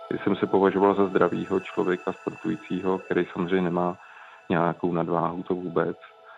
jsem se považoval za zdravýho člověka, sportujícího, který samozřejmě nemá nějakou nadváhu, to vůbec.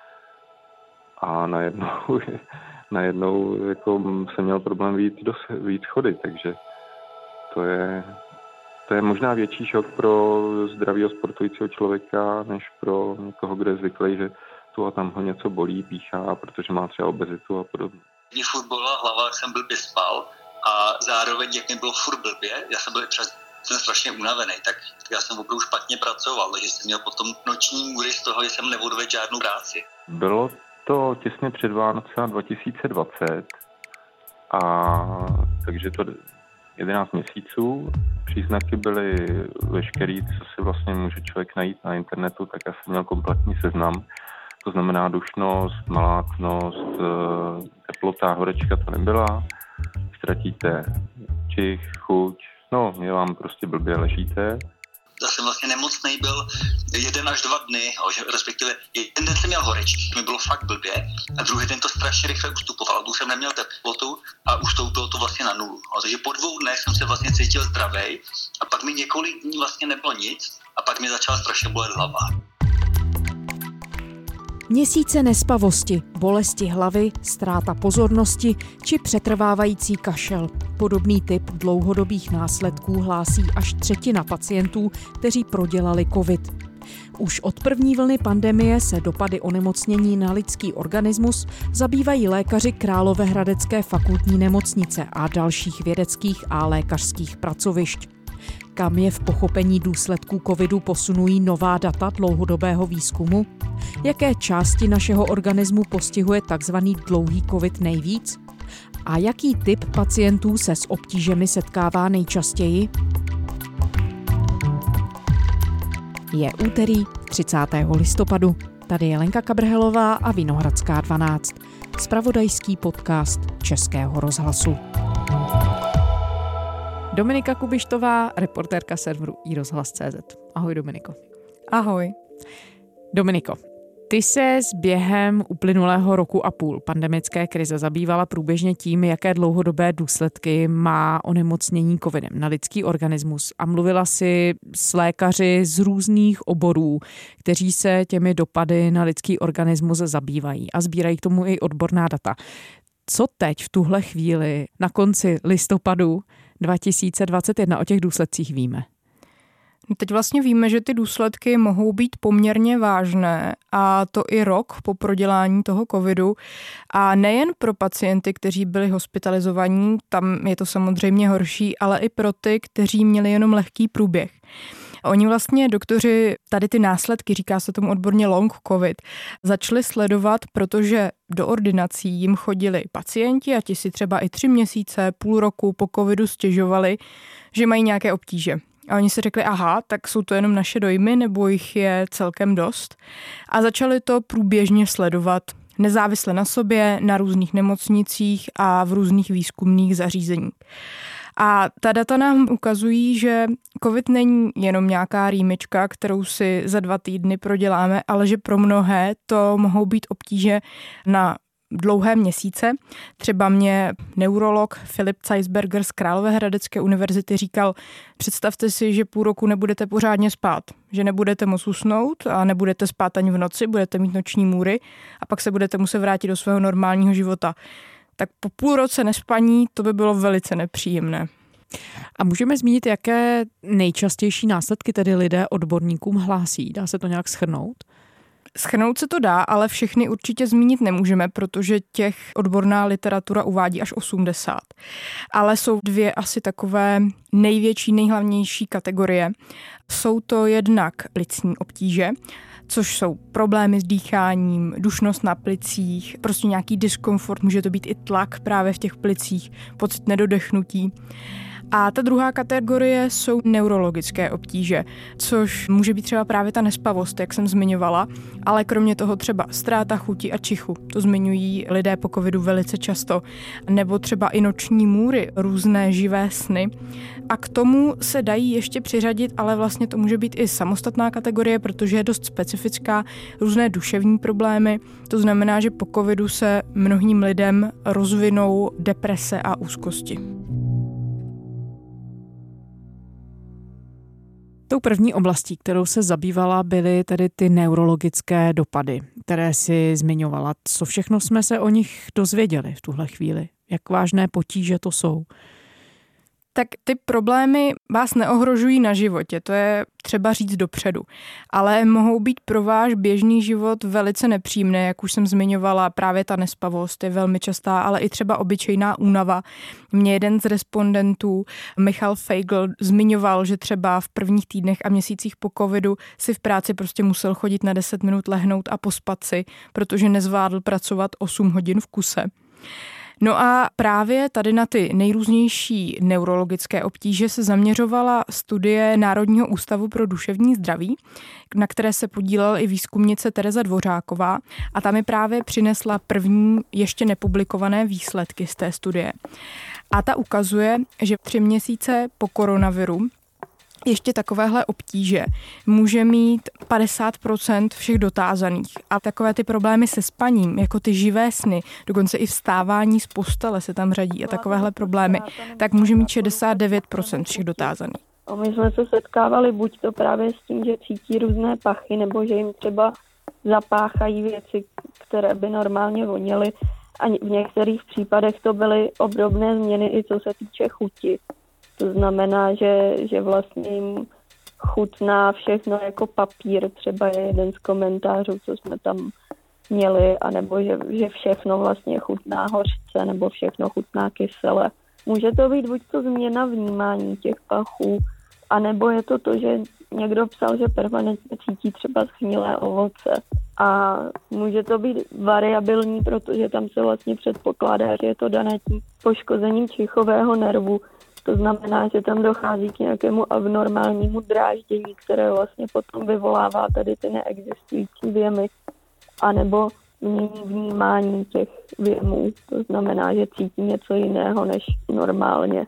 A najednou jako jsem měl problém vyjít schody, takže to je možná větší šok pro zdravého sportujícího člověka, než pro někoho, kdo je zvyklý, že tu a tam ho něco bolí, píchá, protože má třeba obezitu a podobně. Mě furt bolela hlava, jak jsem blbě spal a zároveň, jak mi bylo furt blbě, jsem strašně unavený, tak já jsem opravdu špatně pracoval, takže jsem měl potom noční můry z toho, že jsem neodvedl žádnou práci. Bylo to těsně před Vánoce 2020 a takže to 11 měsíců. Příznaky byly veškerý, co si vlastně může člověk najít na internetu, tak já jsem měl kompletní seznam. To znamená dušnost, malátnost, teplota, horečka to nebyla. Ztratíte čich, chuť, no je vám prostě blbě, ležíte. Já jsem vlastně nemocnej byl 1 až 2 dny, respektive jeden den jsem měl horečky, mi bylo fakt blbě a druhý den to strašně rychle ustupovalo, už jsem neměl teplotu a ustoupilo to vlastně na 0. Takže po 2 dnech jsem se vlastně cítil zdravej a pak mi několik dní vlastně nebylo nic a pak mi začala strašně bolet hlava. Měsíce nespavosti, bolesti hlavy, ztráta pozornosti či přetrvávající kašel. Podobný typ dlouhodobých následků hlásí až 1/3 pacientů, kteří prodělali covid. Už od první vlny pandemie se dopady onemocnění na lidský organismus zabývají lékaři Královéhradecké fakultní nemocnice a dalších vědeckých a lékařských pracovišť. Kam je v pochopení důsledků covidu posunují nová data dlouhodobého výzkumu? Jaké části našeho organismu postihuje tzv. Dlouhý covid nejvíc? A jaký typ pacientů se s obtížemi setkává nejčastěji? Je úterý 30. listopadu. Tady je Lenka Kabrhelová a Vinohradská 12. Zpravodajský podcast Českého rozhlasu. Dominika Kubištová, reportérka serveru iRozhlas.cz. Ahoj Dominiko. Ahoj. Dominiko, ty se během uplynulého roku a půl pandemické krize zabývala průběžně tím, jaké dlouhodobé důsledky má onemocnění covidem na lidský organismus a mluvila si s lékaři z různých oborů, kteří se těmi dopady na lidský organismus zabývají a sbírají k tomu i odborná data. Co teď v tuhle chvíli na konci listopadu 2021 o těch důsledcích víme? Teď vlastně víme, že ty důsledky mohou být poměrně vážné a to i rok po prodělání toho covidu. A nejen pro pacienty, kteří byli hospitalizovaní, tam je to samozřejmě horší, ale i pro ty, kteří měli jenom lehký průběh. Oni vlastně doktoři tady ty následky, říká se tomu odborně long covid, začali sledovat, protože do ordinací jim chodili pacienti a ti si třeba i 3 měsíce, půl roku po covidu stěžovali, že mají nějaké obtíže. A oni si řekli, aha, tak jsou to jenom naše dojmy, nebo jich je celkem dost. A začali to průběžně sledovat nezávisle na sobě, na různých nemocnicích a v různých výzkumných zařízeních. A ta data nám ukazují, že covid není jenom nějaká rýmička, kterou si za 2 týdny proděláme, ale že pro mnohé to mohou být obtíže na dlouhé měsíce. Třeba mě neurolog Filip Zeisberger z Královéhradecké univerzity říkal, představte si, že půl roku nebudete pořádně spát, že nebudete moc usnout a nebudete spát ani v noci, budete mít noční můry a pak se budete muset vrátit do svého normálního života. Tak po půl roce nespaní to by bylo velice nepříjemné. A můžeme zmínit, jaké nejčastější následky tedy lidé odborníkům hlásí? Dá se to nějak shrnout? Shrnout se to dá, ale všechny určitě zmínit nemůžeme, protože těch odborná literatura uvádí až 80. Ale jsou 2 asi takové největší, nejhlavnější kategorie. Jsou to jednak plicní obtíže, což jsou problémy s dýcháním, dušnost na plicích, prostě nějaký diskomfort, může to být i tlak právě v těch plicích, pocit nedodechnutí. A ta druhá kategorie jsou neurologické obtíže, což může být třeba právě ta nespavost, jak jsem zmiňovala, ale kromě toho třeba ztráta chuti a čichu, to zmiňují lidé po covidu velice často, nebo třeba i noční můry, různé živé sny. A k tomu se dají ještě přiřadit, ale vlastně to může být i samostatná kategorie, protože je dost specifická, různé duševní problémy. To znamená, že po covidu se mnohým lidem rozvinou deprese a úzkosti. Tou první oblastí, kterou se zabývala, byly tedy ty neurologické dopady, které si zmiňovala. Co všechno jsme se o nich dozvěděli v tuhle chvíli? Jak vážné potíže to jsou? Tak ty problémy vás neohrožují na životě, to je třeba říct dopředu, ale mohou být pro váš běžný život velice nepříjemné, jak už jsem zmiňovala, právě ta nespavost je velmi častá, ale i třeba obyčejná únava. Mě jeden z respondentů, Michal Feigl, zmiňoval, že třeba v prvních týdnech a měsících po covidu si v práci prostě musel chodit na 10 minut lehnout a pospat si, protože nezvládl pracovat 8 hodin v kuse. No a právě tady na ty nejrůznější neurologické obtíže se zaměřovala studie Národního ústavu pro duševní zdraví, na které se podílela i výzkumnice Tereza Dvořáková a ta mi právě přinesla první ještě nepublikované výsledky z té studie. A ta ukazuje, že 3 měsíce po koronaviru ještě takovéhle obtíže může mít 50% všech dotázaných. A takové ty problémy se spaním, jako ty živé sny, dokonce i vstávání z postele se tam řadí a takovéhle problémy, tak může mít 69% všech dotázaných. A my jsme se setkávali buď to právě s tím, že cítí různé pachy, nebo že jim třeba zapáchají věci, které by normálně voněly. A v některých případech to byly obdobné změny i co se týče chuti. To znamená, že vlastně jim chutná všechno jako papír, třeba je jeden z komentářů, co jsme tam měli, anebo že všechno vlastně chutná hořce, nebo všechno chutná kysele. Může to být buď to změna vnímání těch pachů, anebo je to, že někdo psal, že permanentně cítí třeba schnilé ovoce. A může to být variabilní, protože tam se vlastně předpokládá, že je to dané tím poškozením čichového nervu. To znamená, že tam dochází k nějakému abnormálnímu dráždění, které vlastně potom vyvolává tady ty neexistující věmy, anebo mění vnímání těch věmů. To znamená, že cítí něco jiného než normálně.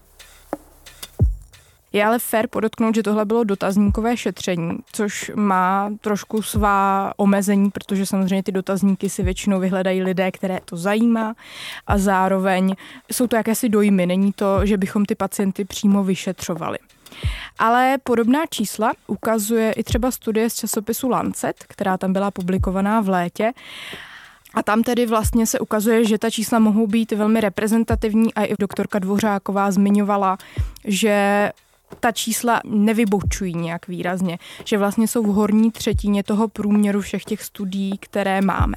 Je ale fér podotknout, že tohle bylo dotazníkové šetření, což má trošku svá omezení, protože samozřejmě ty dotazníky si většinou vyhledají lidé, které to zajímá a zároveň jsou to jakési dojmy, není to, že bychom ty pacienty přímo vyšetřovali. Ale podobná čísla ukazuje i třeba studie z časopisu Lancet, která tam byla publikovaná v létě. A tam tedy vlastně se ukazuje, že ta čísla mohou být velmi reprezentativní a i doktorka Dvořáková zmiňovala, že ta čísla nevybočují nějak výrazně, že vlastně jsou v horní třetině toho průměru všech těch studií, které máme.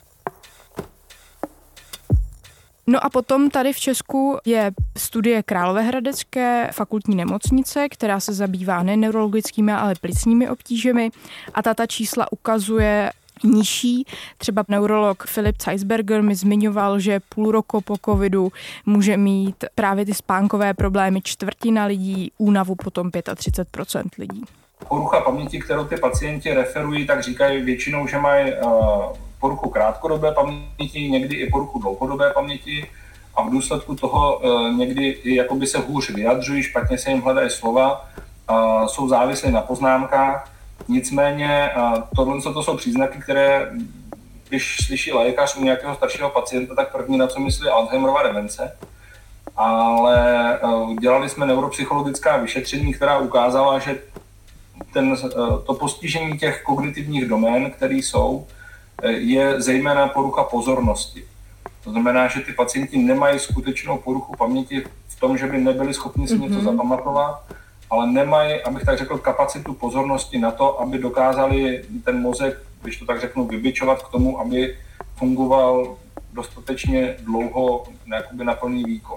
No a potom tady v Česku je studie Královéhradecké fakultní nemocnice, která se zabývá ne neurologickými, ale plicními obtížemi a ta čísla ukazuje nižší. Třeba neurolog Filip Zeisberger mi zmiňoval, že půl roku po covidu může mít právě ty spánkové problémy 1/4 lidí, únavu potom 35% lidí. Porucha paměti, kterou ty pacienti referují, tak říkají většinou, že mají poruchu krátkodobé paměti, někdy i poruchu dlouhodobé paměti a v důsledku toho někdy jakoby se hůř vyjadřují, špatně se jim hledají slova, jsou závislí na poznámkách. Nicméně to jsou příznaky, které, když slyší lékař u nějakého staršího pacienta, tak první na co myslí Alzheimerova demence. Ale dělali jsme neuropsychologická vyšetření, která ukázala, že to postižení těch kognitivních domén, které jsou, je zejména porucha pozornosti. To znamená, že ty pacienti nemají skutečnou poruchu paměti v tom, že by nebyli schopni si něco zapamatovat, ale nemají, abych tak řekl, kapacitu pozornosti na to, aby dokázali ten mozek, když to tak řeknu, vybičovat k tomu, aby fungoval dostatečně dlouho na plný výkon.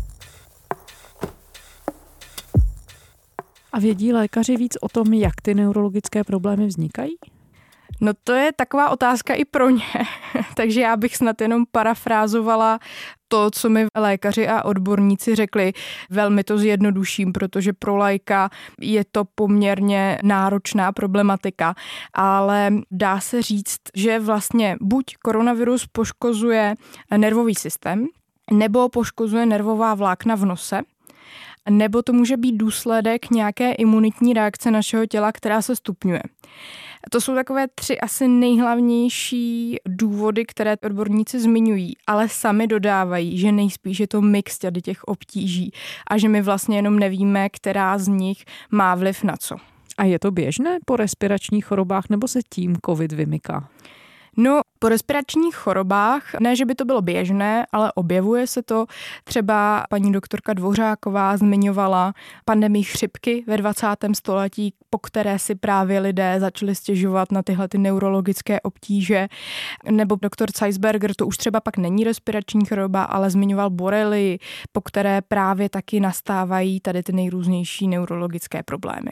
A vědí lékaři víc o tom, jak ty neurologické problémy vznikají? No to je taková otázka i pro ně, takže já bych snad jenom parafrázovala to, co mi lékaři a odborníci řekli. Velmi to zjednoduším, protože pro laika je to poměrně náročná problematika, ale dá se říct, že vlastně buď koronavirus poškozuje nervový systém, nebo poškozuje nervová vlákna v nose, nebo to může být důsledek nějaké imunitní reakce našeho těla, která se stupňuje. To jsou takové 3 asi nejhlavnější důvody, které odborníci zmiňují, ale sami dodávají, že nejspíš je to mix těch obtíží a že my vlastně jenom nevíme, která z nich má vliv na co. A je to běžné po respiračních chorobách, nebo se tím covid vymyká? No, po respiračních chorobách, ne, že by to bylo běžné, ale objevuje se to. Třeba paní doktorka Dvořáková zmiňovala pandemii chřipky ve 20. století, po které si právě lidé začali stěžovat na tyhle ty neurologické obtíže. Nebo doktor Zeisberger, to už třeba pak není respirační choroba, ale zmiňoval borelii, po které právě taky nastávají tady ty nejrůznější neurologické problémy.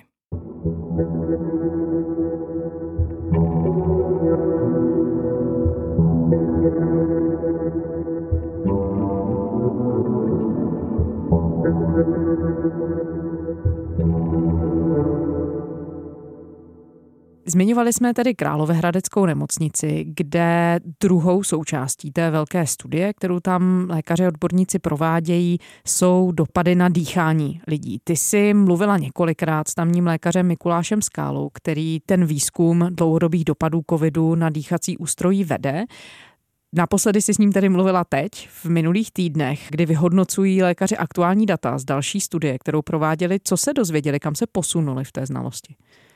Zmiňovali jsme tedy Královéhradeckou nemocnici, kde druhou součástí té velké studie, kterou tam lékaři odborníci provádějí, jsou dopady na dýchání lidí. Ty jsi mluvila několikrát s tamním lékařem Mikulášem Skálou, který ten výzkum dlouhodobých dopadů covidu na dýchací ústrojí vede. Naposledy si s ním tedy mluvila teď, v minulých týdnech, kdy vyhodnocují lékaři aktuální data z další studie, kterou prováděli. Co se dozvěděli, kam se posunuli v té znalosti?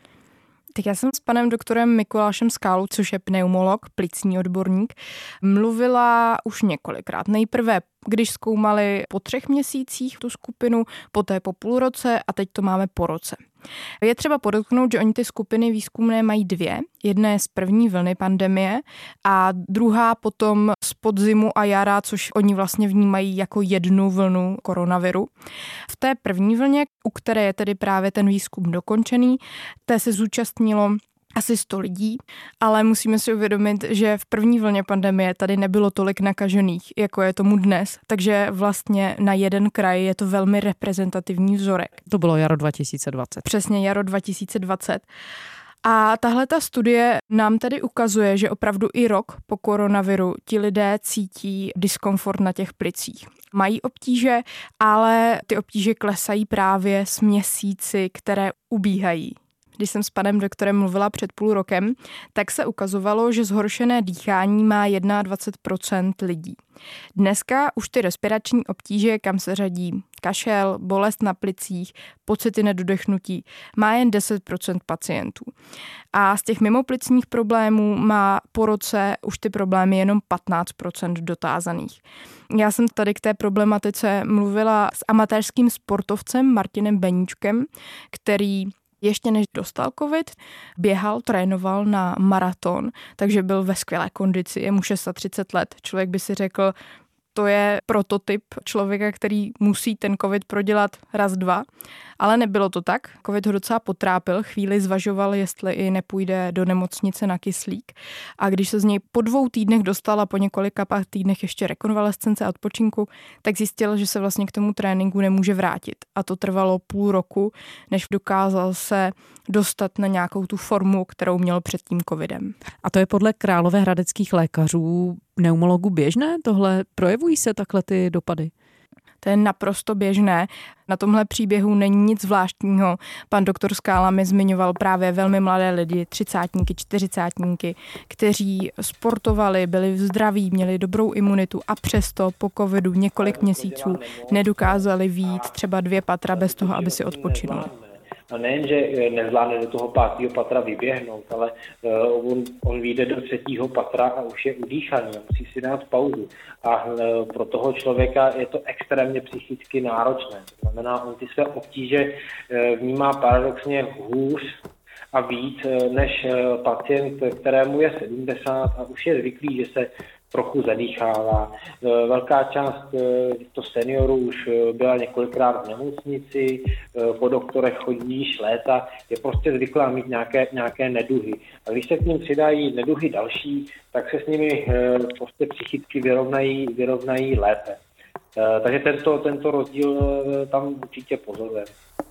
Tak já jsem s panem doktorem Mikulášem Skálou, což je pneumolog, plicní odborník, mluvila už několikrát. Nejprve, když zkoumali po 3 měsících tu skupinu, poté po půl roce a teď to máme po roce. Je třeba podotknout, že oni ty skupiny výzkumné mají 2. Jedna je z první vlny pandemie a druhá potom z podzimu a jara, což oni vlastně vnímají jako jednu vlnu koronaviru. V té první vlně, u které je tedy právě ten výzkum dokončený, té se zúčastnilo asi 100 lidí, ale musíme si uvědomit, že v první vlně pandemie tady nebylo tolik nakažených, jako je tomu dnes, takže vlastně na jeden kraj je to velmi reprezentativní vzorek. To bylo jaro 2020. Přesně jaro 2020. A tahle ta studie nám tedy ukazuje, že opravdu i rok po koronaviru ti lidé cítí diskomfort na těch plicích. Mají obtíže, ale ty obtíže klesají právě s měsíci, které ubíhají. Když jsem s panem doktorem mluvila před půl rokem, tak se ukazovalo, že zhoršené dýchání má 21% lidí. Dneska už ty respirační obtíže, kam se řadí kašel, bolest na plicích, pocity nedodechnutí, má jen 10% pacientů. A z těch mimoplicních problémů má po roce už ty problémy jenom 15% dotázaných. Já jsem tady k té problematice mluvila s amatérským sportovcem Martinem Beníčkem, který ještě než dostal covid, běhal, trénoval na maraton, takže byl ve skvělé kondici, je mu 630 let. Člověk by si řekl, to je prototyp člověka, který musí ten covid prodělat raz, 2. Ale nebylo to tak. Covid ho docela potrápil, chvíli zvažoval, jestli i nepůjde do nemocnice na kyslík. A když se z něj po 2 týdnech dostal a po několika pár týdnech ještě rekonvalescence a odpočinku, tak zjistil, že se vlastně k tomu tréninku nemůže vrátit. A to trvalo půl roku, než dokázal se dostat na nějakou tu formu, kterou měl před tím covidem. A to je podle královéhradeckých lékařů, pneumologů běžné? Tohle projevují se takhle ty dopady? To je naprosto běžné. Na tomhle příběhu není nic zvláštního. Pan doktor Skála mi zmiňoval právě velmi mladé lidi, 30, 40, kteří sportovali, byli zdraví, měli dobrou imunitu a přesto po covidu několik měsíců nedokázali vyjít třeba 2 patra bez toho, aby si odpočinuli. A nejen, že nezvládne do toho 5. patra vyběhnout, ale on vyjde do 3. patra a už je udýchaný a musí si dát pauzu. A pro toho člověka je to extrémně psychicky náročné. To znamená, on ty své obtíže vnímá paradoxně hůř a víc než pacient, kterému je 70 a už je zvyklý, že se trochu zadýchává. Velká část těchto seniorů už byla několikrát v nemocnici, po doktorech chodí již léta, je prostě zvyklá mít nějaké neduhy. A když se k ním přidají neduhy další, tak se s nimi prostě psychicky vyrovnají lépe. Takže tento rozdíl tam určitě pozorujeme.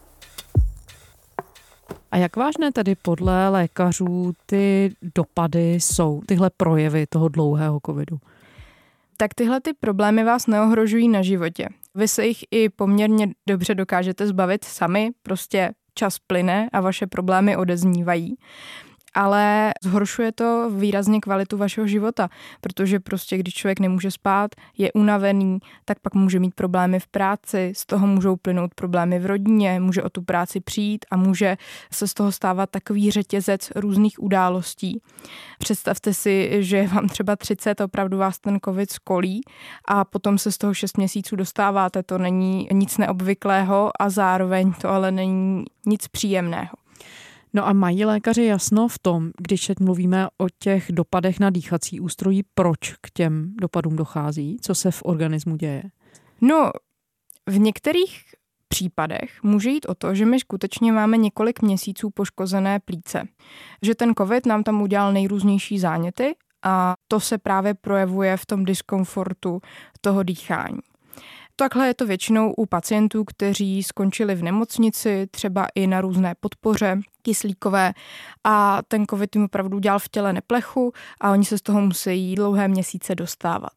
A jak vážné tedy podle lékařů ty dopady jsou, tyhle projevy toho dlouhého covidu? Tak tyhle ty problémy vás neohrožují na životě. Vy se jich i poměrně dobře dokážete zbavit sami, prostě čas plyne a vaše problémy odeznívají. ale zhoršuje to výrazně kvalitu vašeho života, protože prostě když člověk nemůže spát, je unavený, tak pak může mít problémy v práci, z toho můžou plynout problémy v rodině, může o tu práci přijít a může se z toho stávat takový řetězec různých událostí. Představte si, že je vám třeba 30, opravdu vás ten covid skolí a potom se z toho 6 měsíců dostáváte, to není nic neobvyklého a zároveň to ale není nic příjemného. No a mají lékaři jasno v tom, když teď mluvíme o těch dopadech na dýchací ústrojí, proč k těm dopadům dochází? Co se v organismu děje? No, v některých případech může jít o to, že my skutečně máme několik měsíců poškozené plíce. Že ten covid nám tam udělal nejrůznější záněty a to se právě projevuje v tom diskomfortu toho dýchání. Takhle je to většinou u pacientů, kteří skončili v nemocnici, třeba i na různé podpoře kyslíkové a ten covid jim opravdu dělal v těle neplechu a oni se z toho musí dlouhé měsíce dostávat.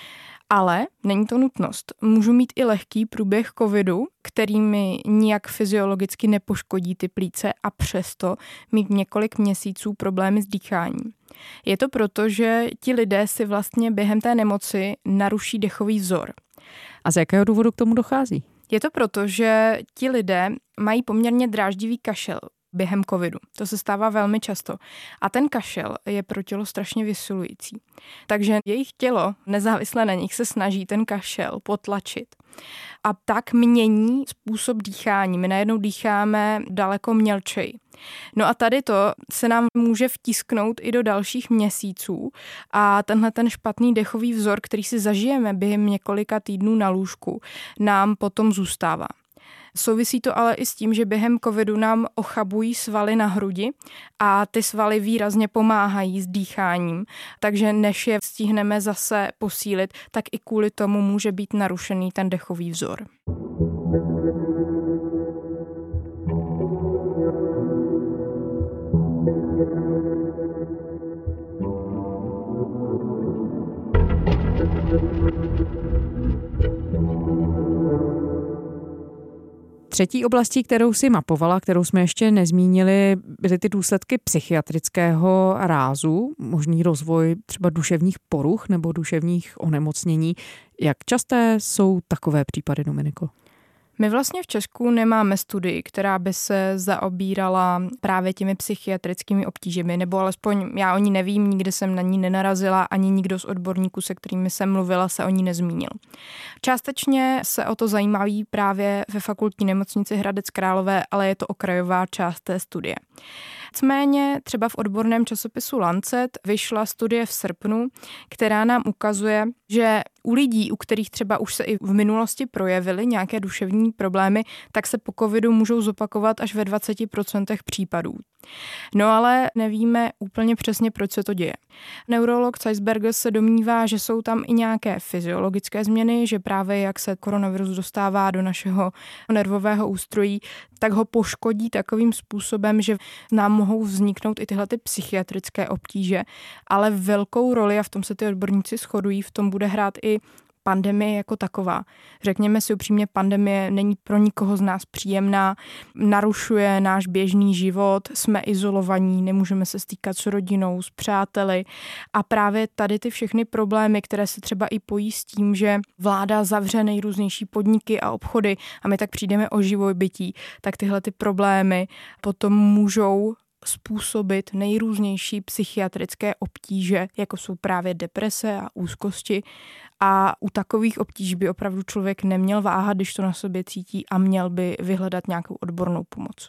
Ale není to nutnost. Můžu mít i lehký průběh covidu, který mi nijak fyziologicky nepoškodí ty plíce a přesto mít několik měsíců problémy s dýcháním. Je to proto, že ti lidé si vlastně během té nemoci naruší dechový vzor. A z jakého důvodu k tomu dochází? Je to proto, že ti lidé mají poměrně dráždivý kašel během covidu. To se stává velmi často. A ten kašel je pro tělo strašně vysilující. Takže jejich tělo, nezávisle na nich, se snaží ten kašel potlačit. A tak mění způsob dýchání. My najednou dýcháme daleko mělčej. No a tady to se nám může vtisknout i do dalších měsíců a tenhle ten špatný dechový vzor, který si zažijeme během několika týdnů na lůžku, nám potom zůstává. Souvisí to ale i s tím, že během covidu nám ochabují svaly na hrudi a ty svaly výrazně pomáhají s dýcháním, takže než je stihneme zase posílit, tak i kvůli tomu může být narušený ten dechový vzor. Třetí oblastí, kterou si mapovala, kterou jsme ještě nezmínili, byly ty důsledky psychiatrického rázu, možný rozvoj třeba duševních poruch nebo duševních onemocnění. Jak časté jsou takové případy, Dominiko? My vlastně v Česku nemáme studii, která by se zaobírala právě těmi psychiatrickými obtížemi, nebo alespoň já o ní nevím, nikdy jsem na ní nenarazila, ani nikdo z odborníků, se kterými jsem mluvila, se o ní nezmínil. Částečně se o to zajímaví právě ve fakultní nemocnici Hradec Králové, ale je to okrajová část té studie. Nicméně třeba v odborném časopisu Lancet vyšla studie v srpnu, která nám ukazuje, že u lidí, u kterých třeba už se i v minulosti projevily nějaké duševní problémy, tak se po covidu můžou zopakovat až ve 20% případů. No ale nevíme úplně přesně, proč se to děje. Neurolog Zeisberger se domnívá, že jsou tam i nějaké fyziologické změny, že právě jak se koronavirus dostává do našeho nervového ústrojí, tak ho poškodí takovým způsobem, že nám mohou vzniknout i tyhle ty psychiatrické obtíže, ale velkou roli, a v tom se ty odborníci shodují, v tom bude hrát i pandemie jako taková. Řekněme si upřímně, pandemie není pro nikoho z nás příjemná, narušuje náš běžný život, jsme izolovaní, nemůžeme se stýkat s rodinou, s přáteli a právě tady ty všechny problémy, které se třeba i pojí s tím, že vláda zavře nejrůznější podniky a obchody a my tak přijdeme o živobytí, tak tyhle ty problémy potom můžou způsobit nejrůznější psychiatrické obtíže, jako jsou právě deprese a úzkosti. A u takových obtíží by opravdu člověk neměl váhat, když to na sobě cítí a měl by vyhledat nějakou odbornou pomoc.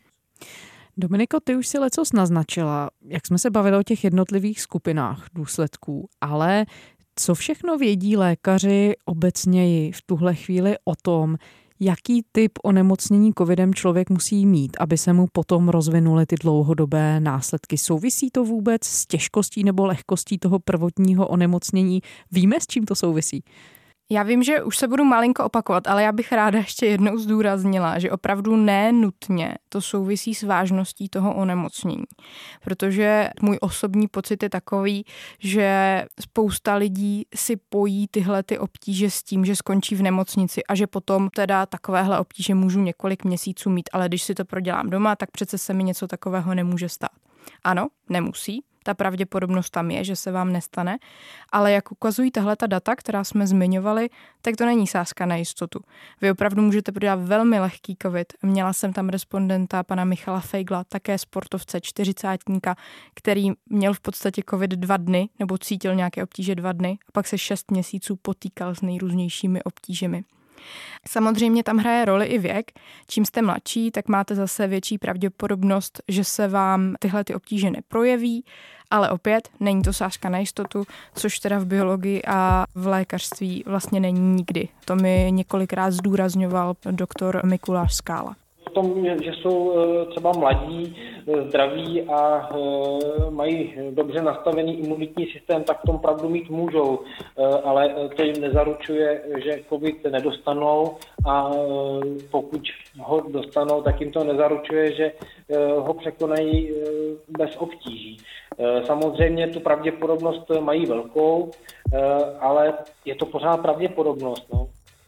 Dominiko, ty už si lecos naznačila, jak jsme se bavili o těch jednotlivých skupinách důsledků, ale co všechno vědí lékaři obecněji v tuhle chvíli o tom, jaký typ onemocnění covidem člověk musí mít, aby se mu potom rozvinuly ty dlouhodobé následky? Souvisí to vůbec s těžkostí nebo lehkostí toho prvotního onemocnění? Víme, s čím to souvisí? Já vím, že už se budu malinko opakovat, ale já bych ráda ještě jednou zdůraznila, že opravdu nenutně to souvisí s vážností toho onemocnění. Protože můj osobní pocit je takový, že spousta lidí si pojí tyhle ty obtíže s tím, že skončí v nemocnici a že potom teda takovéhle obtíže můžu několik měsíců mít, ale když si to prodělám doma, tak přece se mi něco takového nemůže stát. Ano, nemusí. Ta pravděpodobnost tam je, že se vám nestane, ale jak ukazují tahleta data, která jsme zmiňovali, tak to není sázka na jistotu. Vy opravdu můžete prodělat velmi lehký covid. Měla jsem tam respondenta pana Michala Feigla, také sportovce, 40-tníka, který měl v podstatě covid 2 dny, nebo cítil nějaké obtíže 2 dny a pak se 6 měsíců potýkal s nejrůznějšími obtížemi. Samozřejmě tam hraje roli i věk. Čím jste mladší, tak máte zase větší pravděpodobnost, že se vám tyhle ty obtíže neprojeví, ale opět není to sázka na jistotu, což teda v biologii a v lékařství vlastně není nikdy. To mi několikrát zdůrazňoval doktor Mikuláš Skála. V tom, že jsou třeba mladí, zdraví a mají dobře nastavený imunitní systém, tak v tom pravdu mít můžou, ale to jim nezaručuje, že covid nedostanou a pokud ho dostanou, tak jim to nezaručuje, že ho překonají bez obtíží. Samozřejmě tu pravděpodobnost mají velkou, ale je to pořád pravděpodobnost. No.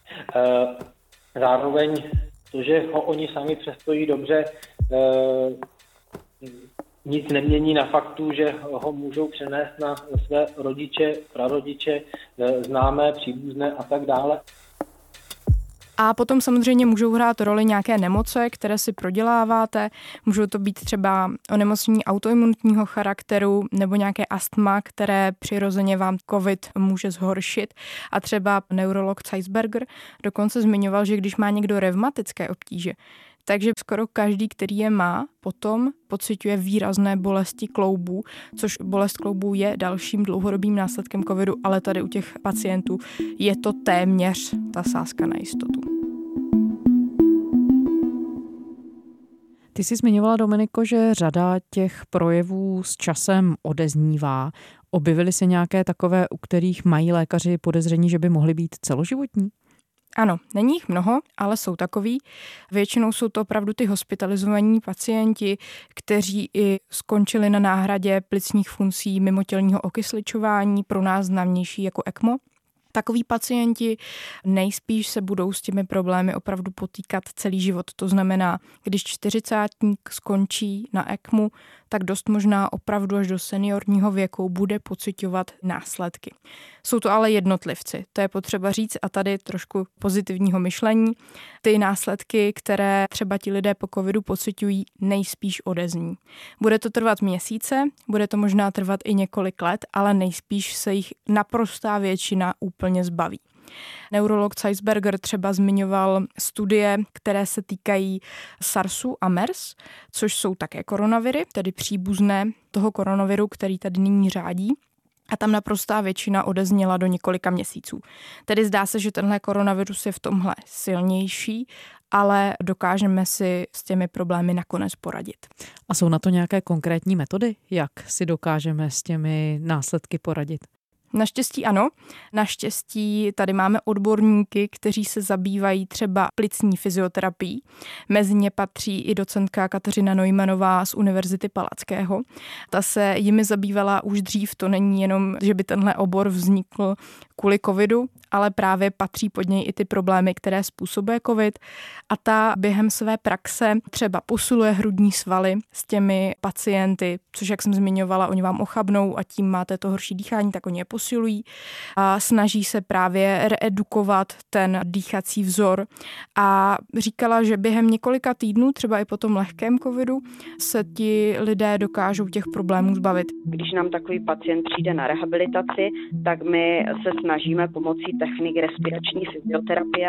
Zároveň to, že ho oni sami přestojí dobře, nic nemění na faktu, že ho můžou přenést na své rodiče, prarodiče, známé, příbuzné a tak dále. A potom samozřejmě můžou hrát roli nějaké nemoce, které si proděláváte. Můžou to být třeba onemocnění autoimunitního charakteru nebo nějaké astma, které přirozeně vám covid může zhoršit. A třeba neurolog Zeisberger dokonce zmiňoval, že když má někdo revmatické obtíže, takže skoro každý, který je má, potom pociťuje výrazné bolesti kloubů, což bolest kloubů je dalším dlouhodobým následkem covidu, ale tady u těch pacientů je to téměř ta sázka na jistotu. Ty jsi zmiňovala, Dominiko, že řada těch projevů s časem odeznívá. Objevily se nějaké takové, u kterých mají lékaři podezření, že by mohly být celoživotní? Ano, není jich mnoho, ale jsou takový. Většinou jsou to opravdu ty hospitalizovaní pacienti, kteří i skončili na náhradě plicních funkcí mimotělního okysličování, pro nás známější jako ECMO. Takoví pacienti nejspíš se budou s těmi problémy opravdu potýkat celý život. To znamená, když 40-tník skončí na ECMu, tak dost možná opravdu až do seniorního věku bude pociťovat následky. Jsou to ale jednotlivci, to je potřeba říct a tady trošku pozitivního myšlení. Ty následky, které třeba ti lidé po covidu pociťují, nejspíš odezní. Bude to trvat měsíce, bude to možná trvat i několik let, ale nejspíš se jich naprostá většina úplně zbaví. Neurolog Zeisberger třeba zmiňoval studie, které se týkají SARSu a MERS, což jsou také koronaviry, tedy příbuzné toho koronaviru, který tady nyní řádí. A tam naprostá většina odezněla do několika měsíců. Tedy zdá se, že tenhle koronavirus je v tomhle silnější, ale dokážeme si s těmi problémy nakonec poradit. A jsou na to nějaké konkrétní metody, jak si dokážeme s těmi následky poradit? Naštěstí ano. Naštěstí tady máme odborníky, kteří se zabývají třeba plicní fyzioterapií. Mezi ně patří i docentka Kateřina Neumannová z Univerzity Palackého. Ta se jimi zabývala už dřív, to není jenom, že by tenhle obor vznikl kvůli covidu, ale právě patří pod něj i ty problémy, které způsobuje covid. A ta během své praxe třeba posiluje hrudní svaly s těmi pacienty, což jak jsem zmiňovala, oni vám ochabnou a tím máte to horší dýchání, tak oni je posilují. A snaží se právě reedukovat ten dýchací vzor. A říkala, že během několika týdnů, třeba i po tom lehkém covidu, se ti lidé dokážou těch problémů zbavit. Když nám takový pacient přijde na rehabilitaci, tak my se snažíme pomocí technik respirační fyzioterapie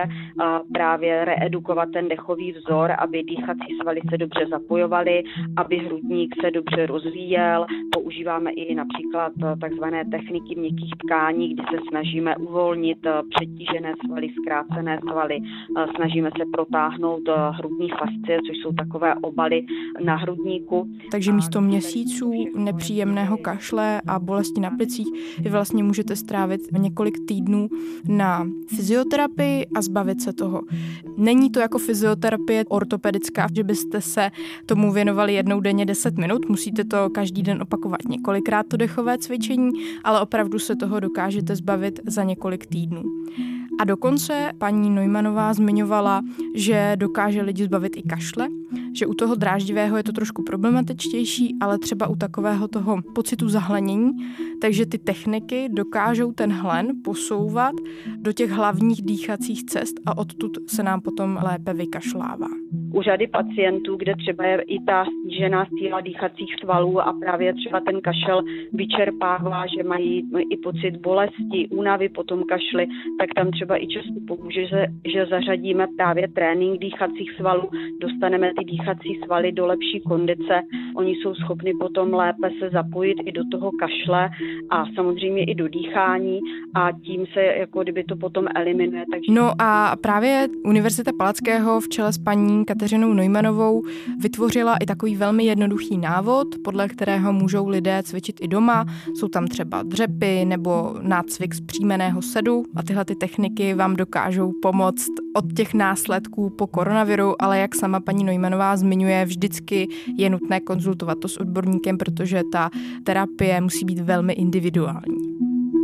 právě reedukovat ten dechový vzor, aby dýchací svaly se dobře zapojovaly, aby hrudník se dobře rozvíjel. Používáme i například takzvané techniky měkkých tkání, kdy se snažíme uvolnit přetížené svaly, zkrácené svaly. Snažíme se protáhnout hrudní fascie, což jsou takové obaly na hrudníku. Takže místo měsíců nepříjemného kašle a bolesti na plicích vy vlastně můžete strávit několik týdnů na fyzioterapii a zbavit se toho. Není to jako fyzioterapie ortopedická, že byste se tomu věnovali jednou denně 10 minut, musíte to každý den opakovat několikrát to dechové cvičení, ale opravdu se toho dokážete zbavit za několik týdnů. A dokonce paní Neumannová zmiňovala, že dokáže lidi zbavit i kašle, že u toho dráždivého je to trošku problematičtější, ale třeba u takového toho pocitu zahlenění, takže ty techniky dokážou ten hlen posouvat do těch hlavních dýchacích cest a odtud se nám potom lépe vykašlává. U řady pacientů, kde třeba je i ta snížená síla dýchacích svalů a právě třeba ten kašel vyčerpává, že mají i pocit bolesti, únavy po tom kašli, tak tam třeba i často pomůže, že zařadíme právě trénink dýchacích svalů, dostaneme ty dýchací svaly do lepší kondice, oni jsou schopni potom lépe se zapojit i do toho kašle a samozřejmě i do dýchání a tím se jako kdyby to potom eliminuje. Takže... No a právě Univerzita Palackého v čele s paní Kateřinou Neumannovou vytvořila i takový velmi jednoduchý návod, podle kterého můžou lidé cvičit i doma. Jsou tam třeba dřepy nebo nácvik z příjmeného sedu a tyhle ty techniky vám dokážou pomoct od těch následků po koronaviru, ale jak sama paní Neumannová zmiňuje, vždycky je nutné konzultovat to s odborníkem, protože ta terapie musí být velmi individuální.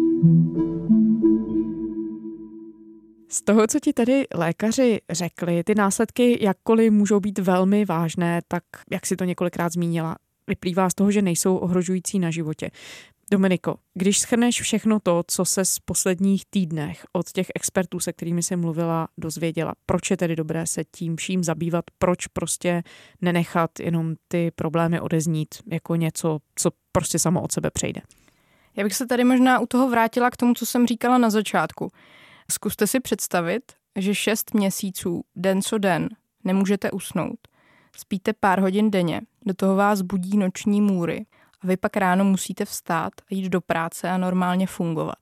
Z toho, co ti tady lékaři řekli, ty následky jakkoliv můžou být velmi vážné, tak jak si to několikrát zmínila, vyplývá z toho, že nejsou ohrožující na životě. Dominiko, když shrneš všechno to, co se z posledních týdnech od těch expertů, se kterými jsi mluvila, dozvěděla, proč je tedy dobré se tím vším zabývat, proč prostě nenechat jenom ty problémy odeznít jako něco, co prostě samo od sebe přejde? Já bych se tady možná u toho vrátila k tomu, co jsem říkala na začátku. Zkuste si představit, že 6 měsíců, den co den, nemůžete usnout. Spíte pár hodin denně, do toho vás budí noční můry a vy pak ráno musíte vstát a jít do práce a normálně fungovat.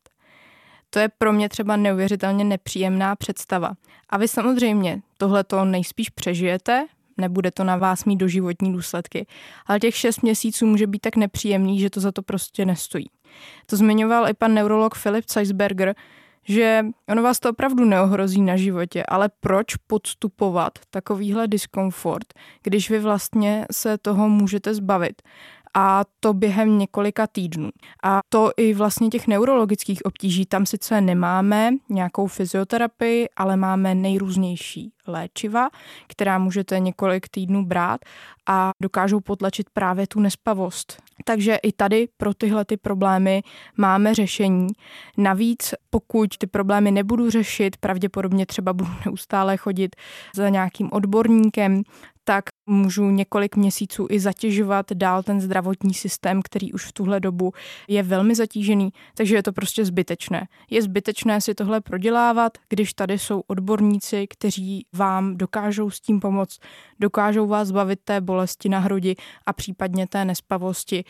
To je pro mě třeba neuvěřitelně nepříjemná představa. A vy samozřejmě tohleto nejspíš přežijete, nebude to na vás mít doživotní důsledky, ale těch 6 měsíců může být tak nepříjemný, že to za to prostě nestojí. To zmiňoval i pan neurolog Filip Zeisberger, že ono vás to opravdu neohrozí na životě, ale proč podstupovat takovýhle diskomfort, když vy vlastně se toho můžete zbavit? A to během několika týdnů. A to i vlastně těch neurologických obtíží. Tam sice nemáme nějakou fyzioterapii, ale máme nejrůznější léčiva, která můžete několik týdnů brát a dokážou potlačit právě tu nespavost. Takže i tady pro tyhle ty problémy máme řešení. Navíc, pokud ty problémy nebudu řešit, pravděpodobně třeba budu neustále chodit za nějakým odborníkem, tak můžu několik měsíců i zatěžovat dál ten zdravotní systém, který už v tuhle dobu je velmi zatížený, takže je to prostě zbytečné. Je zbytečné si tohle prodělávat, když tady jsou odborníci, kteří vám dokážou s tím pomoct, dokážou vás zbavit té bolesti na hrudi a případně té nespavosti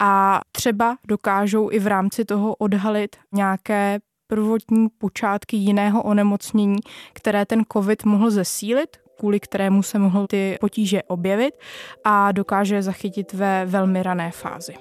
a třeba dokážou i v rámci toho odhalit nějaké prvotní počátky jiného onemocnění, které ten COVID mohl zesílit, kvůli kterému se mohl ty potíže objevit a dokáže zachytit ve velmi rané fázi.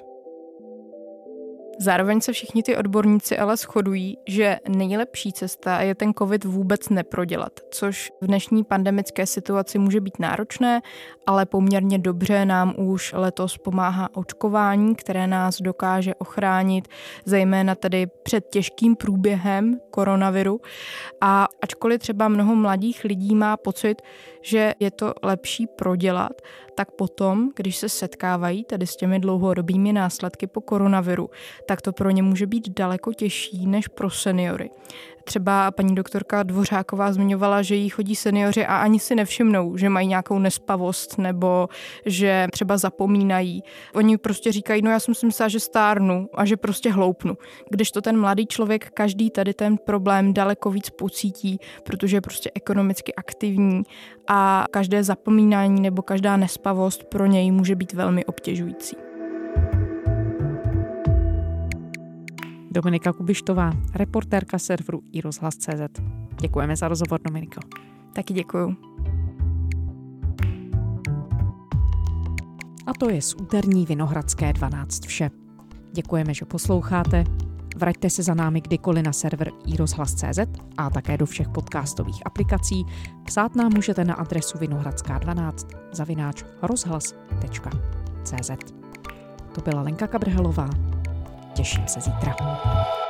Zároveň se všichni ty odborníci ale shodují, že nejlepší cesta je ten COVID vůbec neprodělat, což v dnešní pandemické situaci může být náročné, ale poměrně dobře nám už letos pomáhá očkování, které nás dokáže ochránit, zejména tedy před těžkým průběhem koronaviru. A ačkoliv třeba mnoho mladých lidí má pocit, že je to lepší prodělat, tak potom, když se setkávají tedy s těmi dlouhodobými následky po koronaviru, tak to pro ně může být daleko těžší než pro seniory. Třeba paní doktorka Dvořáková zmiňovala, že jí chodí seniori a ani si nevšimnou, že mají nějakou nespavost nebo že třeba zapomínají. Oni prostě říkají, no já jsem si myslela, že stárnu a že prostě hloupnu. Kdežto ten mladý člověk každý tady ten problém daleko víc pocítí, protože je prostě ekonomicky aktivní a každé zapomínání nebo každá nespavost pro něj může být velmi obtěžující. Dominika Kubištová, reportérka serveru iRozhlas.cz. Děkujeme za rozhovor, Dominiko. Taky děkuju. A to je z úterní Vinohradské 12 vše. Děkujeme, že posloucháte. Vraťte se za námi kdykoliv na server iRozhlas.cz a také do všech podcastových aplikací. Psát nám můžete na adresu vinohradská12 @rozhlas.cz. To byla Lenka Kabrhelová. Těším se zítra.